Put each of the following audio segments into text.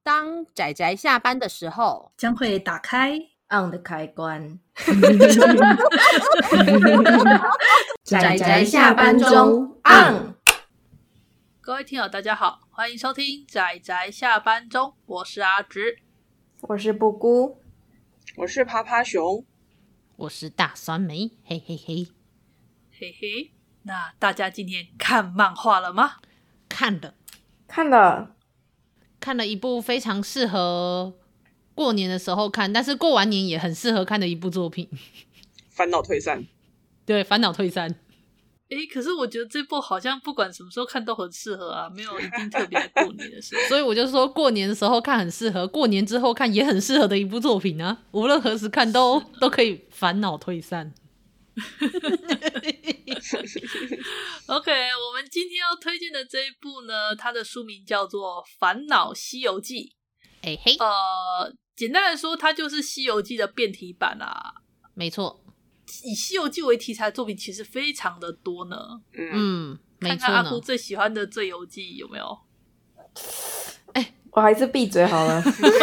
当宅宅下班的时候， 将会打开 on 的开关。 宅宅下班中 on。 各位听友大家好，欢迎收听宅宅下班中，我是阿直， 我是布姑， 我是趴趴熊， 我是大酸梅，嘿嘿嘿嘿嘿。那大家今天看漫画了吗？ 看了一部非常适合过年的时候看，但是过完年也很适合看的一部作品， 烦恼退散。 对，烦恼退散。 可是我觉得这部好像不管什么时候看都很适合啊，没有一定特别在过年的时候。 所以我就说过年的时候看很适合，过年之后看也很适合的一部作品啊，无论何时看都可以烦恼退散。 OK， 我们今天要推荐的这一部呢，它的书名叫做《烦恼西游记》。 嘿， 简单来说，它就是《西游记》的变体版啊。 没错， 以《西游记》为题材的作品其实非常的多呢。 没错呢。 看看阿姑最喜欢的《醉游记》有没有？ 我还是闭嘴好了。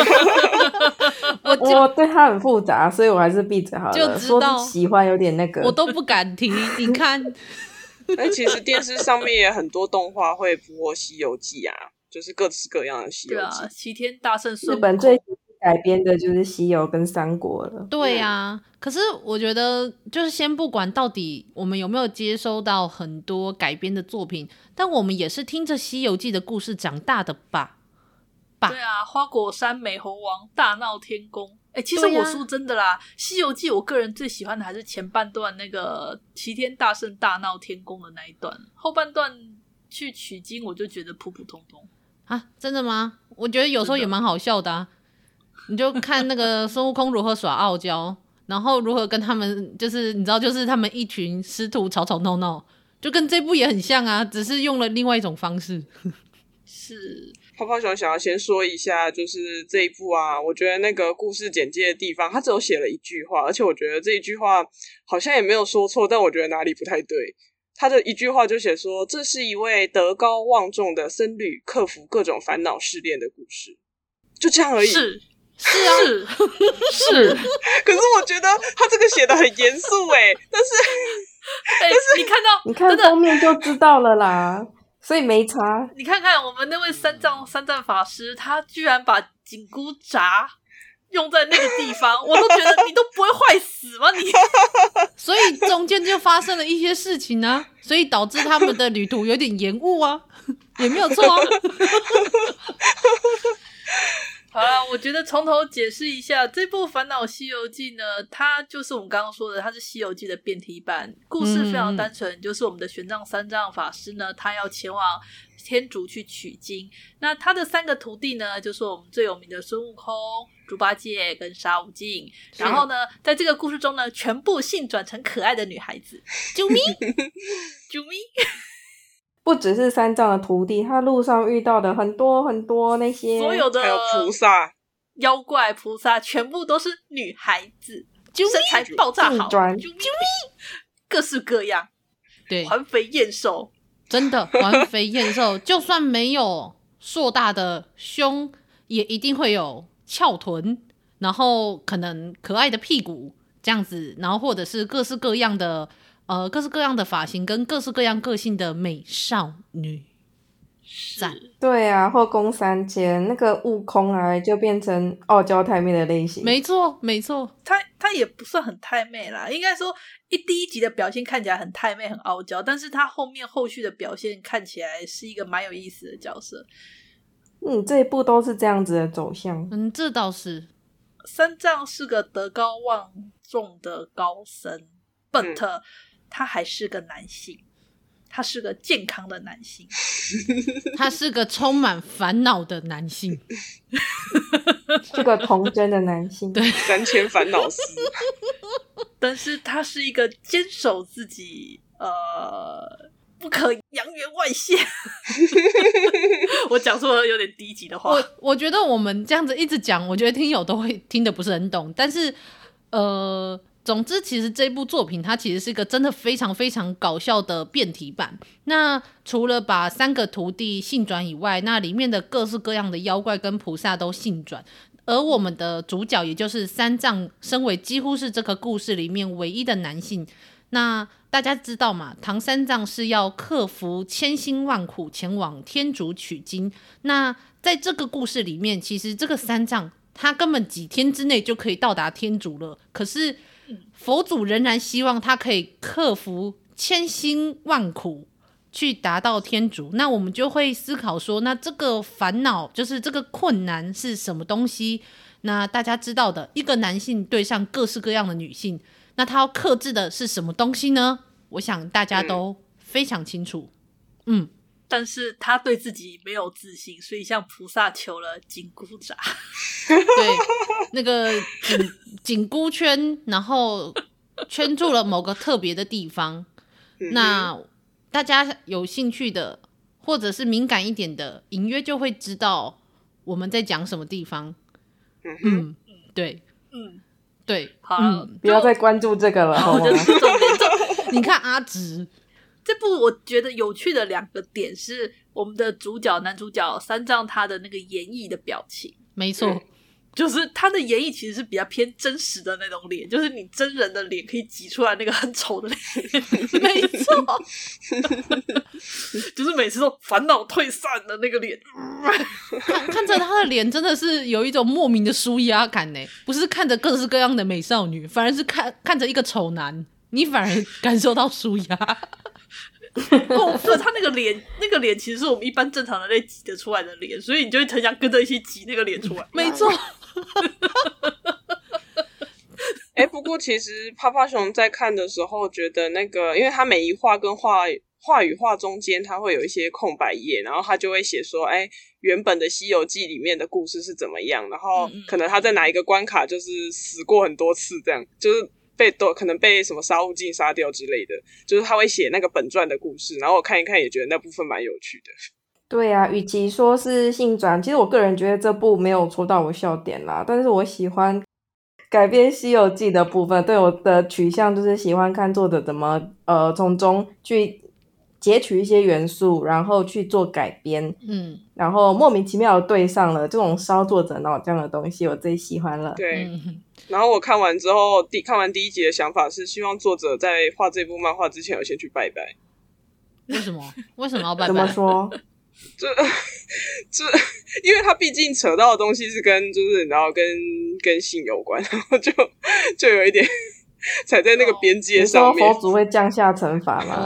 我对他很复杂，所以我还是闭嘴好了。 就知道说喜欢有点那个， 我都不敢提。你看， 其实电视上面也很多动画会播《西游记》啊，就是各式各样的《西游记》。 对啊，齐天大圣孙悟空。 日本最改编的就是《西游》跟《三国》了。 对啊，可是我觉得就是先不管到底我们有没有接收到很多改编的作品，但我们也是听着《西游记》的故事长大的吧。 对啊，花果山美猴王大闹天宫。其实我说真的啦，西游记我个人最喜欢的还是前半段那个齐天大圣大闹天宫的那一段，后半段去取经我就觉得普普通通啊。真的吗？我觉得有时候也蛮好笑的啊。你就看那个孙悟空如何耍傲娇，然后如何跟他们就是你知道，就是他们一群师徒吵吵闹闹，就跟这部也很像啊，只是用了另外一种方式。 是。 泡泡熊想要先说一下，就是这一部啊，我觉得那个故事简介的地方，他只有写了一句话，而且我觉得这一句话好像也没有说错，但我觉得哪里不太对。他的一句话就写说，这是一位德高望重的僧侣克服各种烦恼试炼的故事，就这样而已。 是啊， 是。 可是我觉得他这个写得很严肃但是你看封面就知道了啦。所以没差。 你看看我们那位三藏法师，他居然把紧箍札用在那个地方，我都觉得你都不会坏死吗你？ 所以中间就发生了一些事情啊，所以导致他们的旅途有点延误啊，也没有错啊。 好啦，我觉得从头解释一下，这部《烦恼西游记》呢，它就是我们刚刚说的，它是《西游记》的变体版，故事非常单纯，就是我们的玄奘三藏法师呢，他要前往天竺去取经，那他的三个徒弟呢，就是我们最有名的孙悟空、猪八戒跟沙悟净，然后呢，在这个故事中呢，全部性转成可爱的女孩子，啾咪啾咪。 不只是三藏的徒弟，他路上遇到的很多很多那些所有的还有菩萨、 妖怪、菩萨，全部都是女孩子，身材爆炸好，啾咪，各式各样， 对， 环肥燕瘦， 真的环肥燕瘦，就算没有硕大的胸，也一定会有翘臀，然后可能可爱的屁股这样子，然后或者是各式各样的发型跟各式各样个性的美少女。赞。 对啊，后宫三千那个悟空啊，就变成傲娇太妹的类型。 没错没错， 他也不算很太妹啦，应该说第一集的表现看起来很太妹很傲娇，但是他后续的表现看起来是一个蛮有意思的角色。 这一部都是这样子的走向。 这倒是。 三藏是个德高望重的高僧，but他还是个男性，他是个健康的男性， 他是个充满烦恼的男性， 是个童真的男性， 对， 三千烦恼丝。 但是他是一个坚守自己不可扬言外泄。我讲出了有点低级的话。 我觉得我们这样子一直讲，我觉得听友都会听得不是很懂，但是总之其实这部作品它其实是一个真的非常非常搞笑的变体版。那除了把3个徒弟性转以外，那里面的各式各样的妖怪跟菩萨都性转，而我们的主角也就是三藏，身为几乎是这个故事里面唯一的男性，那大家知道嘛，唐三藏是要克服千辛万苦前往天竺取经。那在这个故事里面，其实这个三藏他根本几天之内就可以到达天竺了，可是佛祖仍然希望他可以克服千辛万苦去达到天竺。那我们就会思考说，那这个烦恼就是这个困难是什么东西？那大家知道的，一个男性对上各式各样的女性，那他要克制的是什么东西呢？我想大家都非常清楚。 但是他对自己没有自信，所以向菩萨求了紧箍咒。 对，那个紧箍圈，然后圈住了某个特别的地方。那大家有兴趣的，或者是敏感一点的，隐约就会知道我们在讲什么地方。对，对， 好， 不要再关注这个了，好吗？ 你看阿直。 这部我觉得有趣的2个点是我们的男主角三藏他的那个演绎的表情， 没错， 就是他的演绎其实是比较偏真实的那种脸，就是你真人的脸可以挤出来那个很丑的脸，没错，就是每次都烦恼退散的那个脸。 看着他的脸真的是有一种莫名的舒压感呢，不是看着各式各样的美少女，反而是看着一个丑男，你反而感受到舒压。 他那个脸其实是我们一般正常人类挤得出来的脸，所以你就会很想跟着一起挤那个脸出来。 没错。 不过其实趴趴熊在看的时候觉得那个，因为他每一画跟画与画中间他会有一些空白页，然后他就会写说原本的西游记里面的故事是怎么样，然后可能他在哪一个关卡就是死过很多次，这样就是可能被什么杀悟净杀掉之类的，就是他会写那个本传的故事，然后我看一看也觉得那部分蛮有趣的。 对啊，与其说是性转，其实我个人觉得这部没有戳到我笑点啦，但是我喜欢改编西游记的部分，对我的取向就是喜欢看作者怎么从中去截取一些元素，然后去做改编，然后莫名其妙的对上了，这种烧作者脑这样的东西我最喜欢了。 对，然后我看完之后看完第1集的想法是希望作者在画这部漫画之前有先去拜拜。 为什么要拜拜？ 怎么说？ 这因为他毕竟扯到的东西是就是然后跟性有关，然后就有一点踩在那个边界上面。 你说佛祖会降下惩罚吗？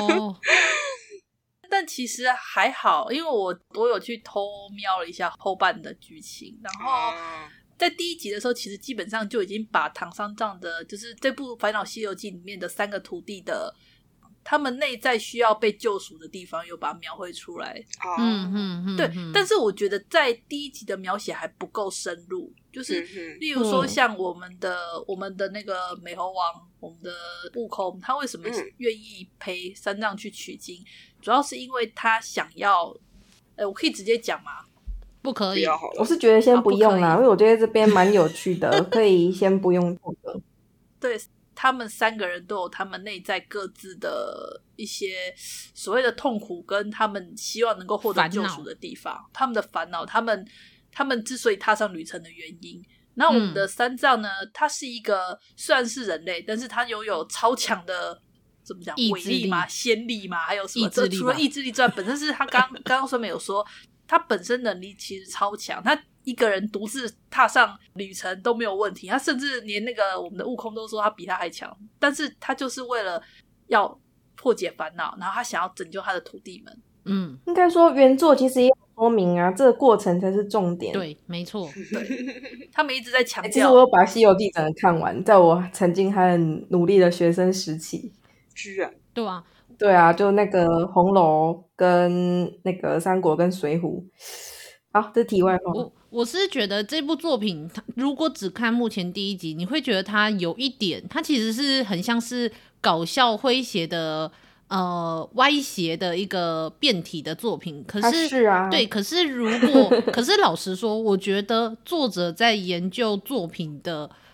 但其实还好，因为我有去偷瞄了一下后半的剧情，然后在第1集的时候其实基本上就已经把唐三藏的就是这部《烦恼西游记》里面的3个徒弟的他们内在需要被救赎的地方有把它描绘出来。对，但是我觉得在第1集的描写还不够深入，就是例如说像我们的那个美猴王，我们的悟空，他为什么愿意陪三藏去取经，主要是因为他想要我可以直接讲吗？ 不可以， 我是觉得先不用啦，因为我觉得这边蛮有趣的，可以先不用这个。 对，他们3个人都有他们内在各自的一些所谓的痛苦，跟他们希望能够获得救赎的地方，他们的烦恼，他们之所以踏上旅程的原因。那我们的三藏呢，他是一个虽然是人类，但是他拥有超强的怎么讲伟力嘛、仙力嘛，还有什么除了意志力之外，本身是他刚刚上面有说他本身能力其实超强，他一个人独自踏上旅程都没有问题，他甚至连那个我们的悟空都说他比他还强，但是他就是为了要破解烦恼，然后他想要拯救他的徒弟们。 应该说原作其实也有说明啊，这个过程才是重点。 对，没错， 对，他们一直在强调。 其实我有把《西游记》整个看完，在我曾经还很努力的学生时期。 居然对啊，就那个红楼跟那个三国跟水浒。好，这是题外话。 我是觉得这部作品如果只看目前第1集，你会觉得它有一点，它其实是很像是搞笑诙谐的歪斜的一个变体的作品。可是啊， 对，可是可是老实说，我觉得作者在研究作品的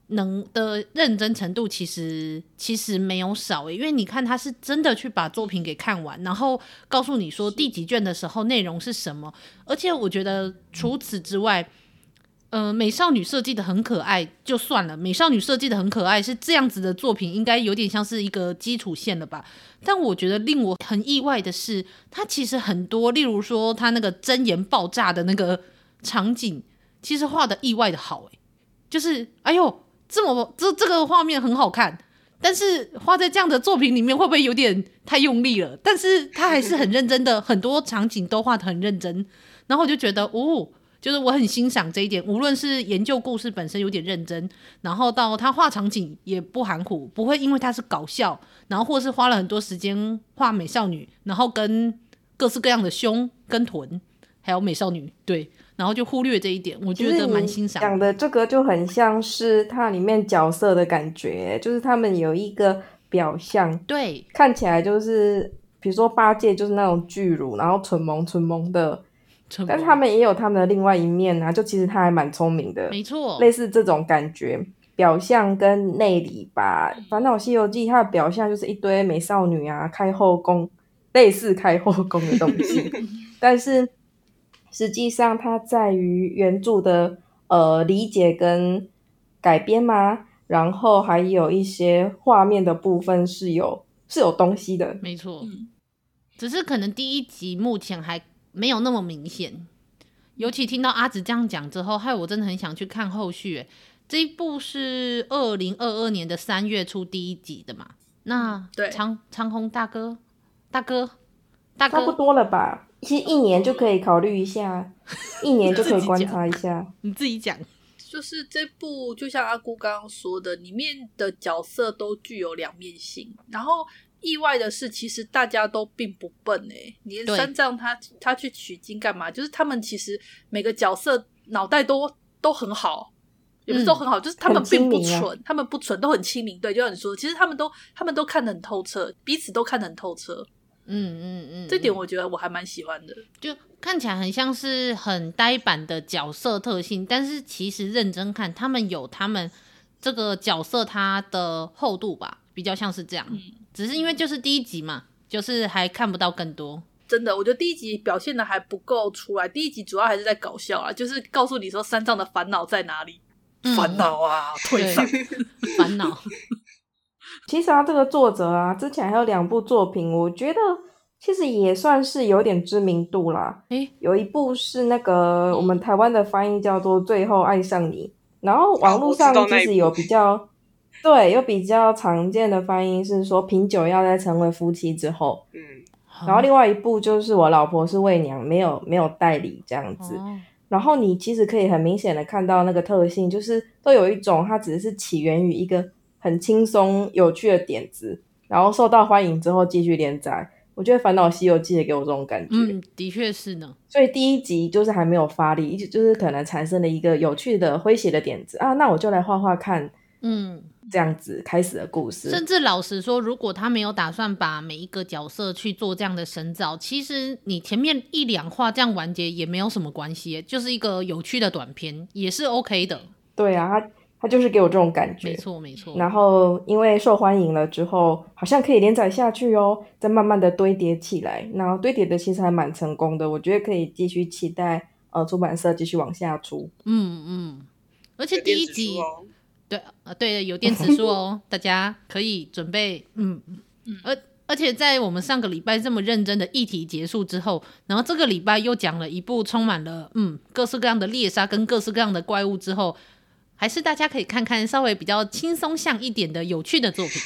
的认真程度其实没有少因为你看他是真的去把作品给看完，然后告诉你说第几卷的时候内容是什么，而且我觉得除此之外美少女设计的很可爱就算了，美少女设计的很可爱是这样子的作品应该有点像是一个基础线了吧，但我觉得令我很意外的是它其实很多，例如说它那个真言爆炸的那个场景其实画的意外的好就是哎呦这个画面很好看，但是画在这样的作品里面会不会有点太用力了，但是他还是很认真的很多场景都画得很认真，然后我就觉得就是我很欣赏这一点，无论是研究故事本身有点认真，然后到他画场景也不含糊，不会因为他是搞笑，然后或是花了很多时间画美少女，然后跟各式各样的胸跟臀还有美少女，对，然后就忽略这一点，我觉得蛮欣赏的。 讲的这个就很像是它里面角色的感觉，就是他们有一个表象， 对， 看起来就是比如说八戒就是那种巨乳，然后蠢萌的，但是他们也有他们的另外一面啊，就其实他还蛮聪明的， 没错， 类似这种感觉，表象跟内里吧。烦恼西游记它的表象就是一堆美少女啊，开后宫，类似开后宫的东西，但是实际上它在于原著的理解跟改编嘛，然后还有一些画面的部分是有东西的， 没错，只是可能第一集目前还没有那么明显，尤其听到阿紫这样讲之后，害我真的很想去看后续这一部是2022年的3月出第一集的嘛，那对长虹大哥差不多了吧，其实1年就可以考虑一下1年就可以观察一下。 你自己讲， 就是这部就像阿姑刚刚说的，里面的角色都具有两面性，然后意外的是其实大家都并不笨连三藏他去取经干嘛，就是他们其实每个角色脑袋都很好，也不是都很好，就是他们并不蠢，他们不蠢，都很亲民，对，就像你说，其实他们都看得很透彻，彼此都看得很透彻，这点我觉得我还蛮喜欢的， 就看起来很像是很呆板的角色特性，但是其实认真看他们有他们这个角色他的厚度吧，比较像是这样，只是因为就是第一集嘛，就是还看不到更多。 真的，我觉得第一集表现的还不够出来，第一集主要还是在搞笑啊，就是告诉你说三藏的烦恼在哪里，烦恼啊，退散烦恼。 其实这个作者啊，之前还有2部作品，我觉得其实也算是有点知名度啦。有一部是那个我们台湾的翻译叫做《最后爱上你》，然后网络上其实有比较有比较常见的翻译是说品酒要在成为夫妻之后，然后另外一部就是我老婆是媚娘，没有代理这样子。然后你其实可以很明显的看到那个特性，就是都有一种它只是起源于一个很轻松有趣的点子，然后受到欢迎之后继续连载。我觉得烦恼西游记也给我这种感觉， 的确是呢。 所以第一集就是还没有发力，就是可能产生了一个有趣的诙谐的点子啊，那我就来画画看，这样子开始的故事。 甚至老实说，如果他没有打算把每一个角色去做这样的深造，其实你前面1-2话这样完结也没有什么关系，就是一个有趣的短片也是 OK 的。 对啊，他就是给我这种感觉， 没错没错。 然后因为受欢迎了之后，好像可以连载下去再慢慢的堆叠起来，然后堆叠的其实还蛮成功的，我觉得可以继续期待出版社继续往下出。 而且第一集对有电子书大家可以准备而且在我们上个礼拜这么认真的议题结束之后，然后这个礼拜又讲了一部充满了各式各样的猎杀跟各式各样的怪物之后，还是大家可以看看稍微比较轻松向一点的有趣的作品。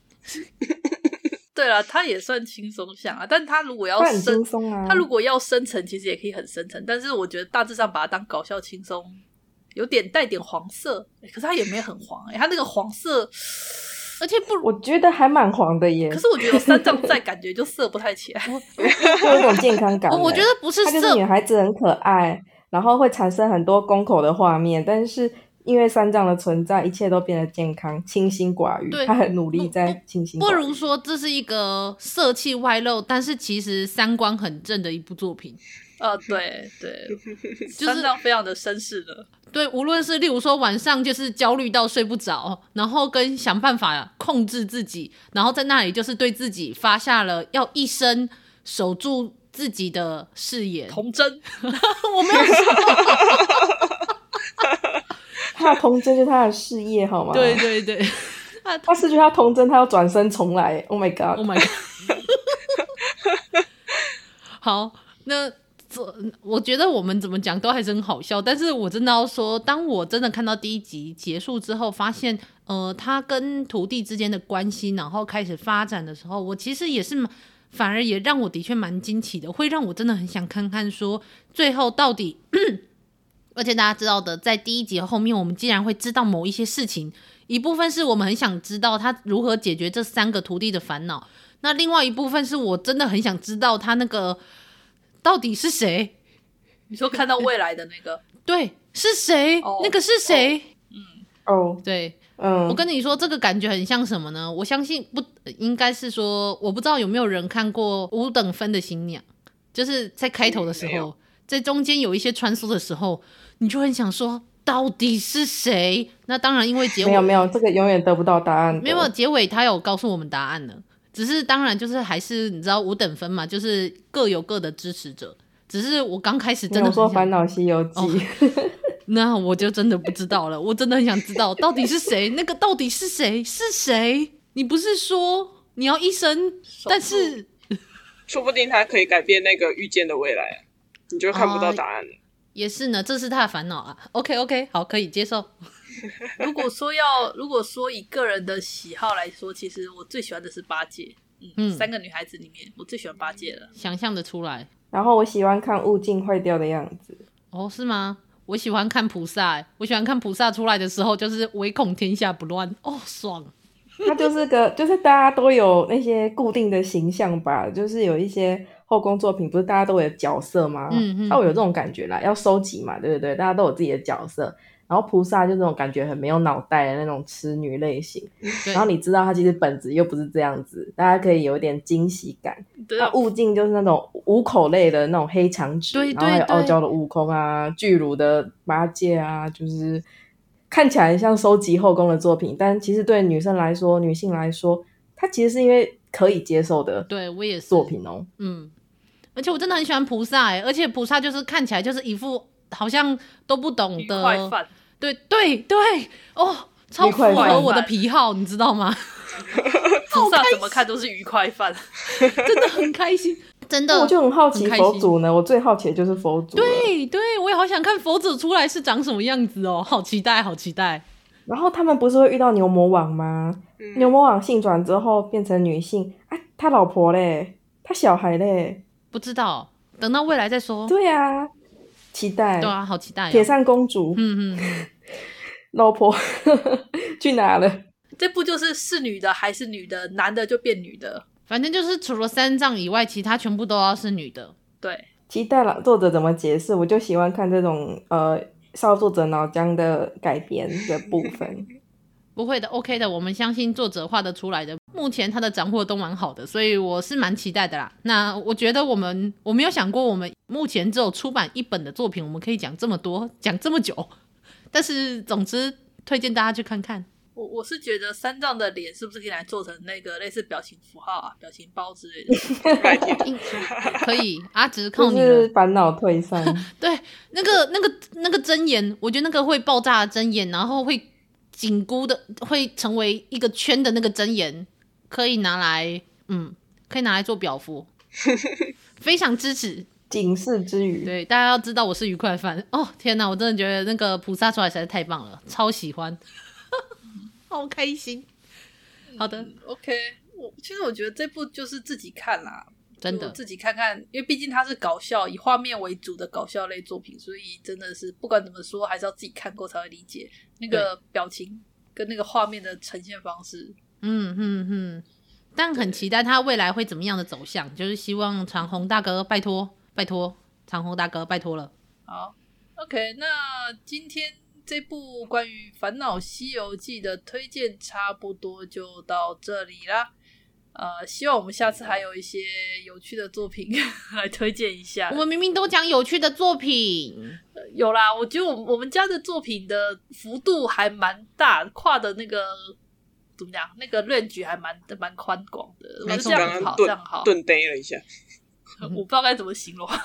对啦，他也算轻松向啊，但他如果要很轻松啊， 他如果要深层其实也可以很深层，但是我觉得大致上把它当搞笑轻松，有点带点黄色，可是他也没有很黄他那个黄色而且我觉得还蛮黄的耶， 可是我觉得有三藏在感觉就色不太起来就有一种健康感我觉得不是色， 她就是女孩子很可爱，然后会产生很多宫口的画面，但是因为三藏的存在，一切都变得健康，清心寡欲，他很努力在清心寡欲。 不如说这是一个色气外露，但是其实三观很正的一部作品。 对对， 就是三藏非常的绅士的。 对，无论是例如说晚上就是焦虑到睡不着，然后跟想办法控制自己，然后在那里就是对自己发下了要一生守住自己的誓言。 童真， 我没有说。 他的童真就是他的事业，好吗？ 对对对， 他失去他童真，他要转身重来。Oh my god！ Oh my god！ 好，那我觉得我们怎么讲都还是很好笑，但是我真的要说，当我真的看到第一集结束之后，发现他跟徒弟之间的关系，然后开始发展的时候，我其实也是反而也让我的确蛮惊奇的，会让我真的很想看看说最后到底而且大家知道的，在第一集后面我们竟然会知道某一些事情，一部分是我们很想知道他如何解决这3个徒弟的烦恼，那另外一部分是我真的很想知道他那个到底是谁。 你说看到未来的那个对，是谁？那个是谁？对，我跟你说，这个感觉很像什么呢？我相信不应该是说，我不知道有没有人看过5等分的新娘，就是在开头的时候，在中间有一些穿梭的时候，你就很想说到底是谁？那当然，因为结尾没有，这个永远得不到答案的。 没有结尾，他有告诉我们答案了，只是当然就是还是你知道5等分嘛，就是各有各的支持者。只是我刚开始真的很想说《烦恼西游记》 那我就真的不知道了。我真的很想知道到底是谁，那个到底是谁？是谁？你不是说你要一生，但是说不定他可以改变那个预见的未来，你就看不到答案了。 也是呢，这是他的烦恼啊。OK， 好，可以接受。 如果说以个人的喜好来说，其实我最喜欢的是八戒。3个女孩子里面，我最喜欢八戒了。 想象得出来。 然后我喜欢看悟净坏掉的样子。 哦，是吗？我喜欢看菩萨，我喜欢看菩萨出来的时候，就是唯恐天下不乱，哦，爽。 他就是大家都有那些固定的形象吧，就是有一些后宫作品，不是大家都有角色吗？他会有这种感觉啦，要收集嘛，对不对？大家都有自己的角色。然后菩萨就那种感觉很没有脑袋的那种痴女类型，然后你知道他其实本质又不是这样子，大家可以有一点惊喜感。那悟净就是那种五口类的那种黑长直，然后还有傲娇的悟空啊，巨乳的八戒啊，就是看起来很像收集后宫的作品，但其实对女性来说，它其实是因为可以接受的， 对我也是作品哦。 而且我真的很喜欢菩萨而且菩萨就是看起来就是一副好像都不懂的愉快饭。 对哦，超符合我的癖好，你知道吗？ 菩萨怎么看都是愉快饭， 真的很开心，真的。 我就很好奇佛祖呢，我最好奇的就是佛祖。 对，我也好想看佛祖出来是长什么样子哦，好期待。 然后他们不是会遇到牛魔王吗？牛魔王性转之后变成女性啊，他老婆嘞，他小孩嘞， 不知道，等到未来再说。 对啊。期待， 对啊，好期待。 铁扇公主，老婆去哪了？ 这部就是女的还是女的，男的就变女的， 反正就是除了三藏以外，其他全部都要是女的。 对， 期待了作者怎么解释，我就喜欢看这种少作者脑浆的改编的部分。 不会的 ，OK 的，我们相信作者画得出来的。目前他的掌握都蛮好的，所以我是蛮期待的啦。那我觉得我没有想过，我们目前只有出版1本的作品，我们可以讲这么多，讲这么久。但是总之，推荐大家去看看。 我是觉得三藏的脸是不是可以来做成那个类似表情符号啊、表情包之类的？ 可以，阿直靠你了。 就是烦恼退散。 对，那个针眼，我觉得那个会爆炸的针眼，然后会紧箍的，会成为一个圈的那个针眼，可以拿来做表符，非常支持。 警示之语， 对，大家要知道我是愉快饭哦！天哪，我真的觉得那个菩萨出来实在太棒了，超喜欢，好开心。好的 ，OK， 其实我觉得这部就是自己看啦， 真的自己看看，因为毕竟它是搞笑，以画面为主的搞笑类作品，所以真的是不管怎么说，还是要自己看过才会理解那个表情跟那个画面的呈现方式。 但很期待他未来会怎么样的走向，就是希望长虹大哥拜托，长虹大哥拜托了。 好 ，OK， 那今天这部关于《烦恼西游记》的推荐差不多就到这里啦。 希望我们下次还有一些有趣的作品来推荐一下。 我们明明都讲有趣的作品， 有啦，我觉得我们家的作品的幅度还蛮大，跨的那个怎么讲，那个 range 还蛮宽广的。我觉得这样好，这样好。 顿呆了一下， 我不知道该怎么形容。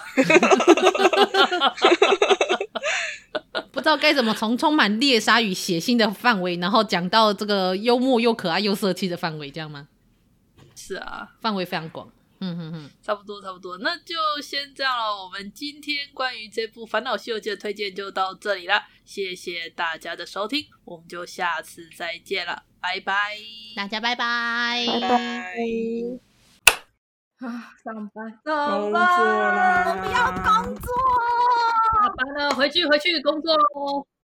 不知道该怎么从充满猎杀与血腥的范围，然后讲到这个幽默又可爱又色气的范围，这样吗？ 是啊， 范围非常广。 差不多，那就先这样了。我们今天关于这部《烦恼西游记》的推荐就到这里啦，谢谢大家的收听，我们就下次再见了，拜拜， 大家拜拜， 拜拜。 上班， 工作啦， 我们要工作， 下班了，回去工作喽。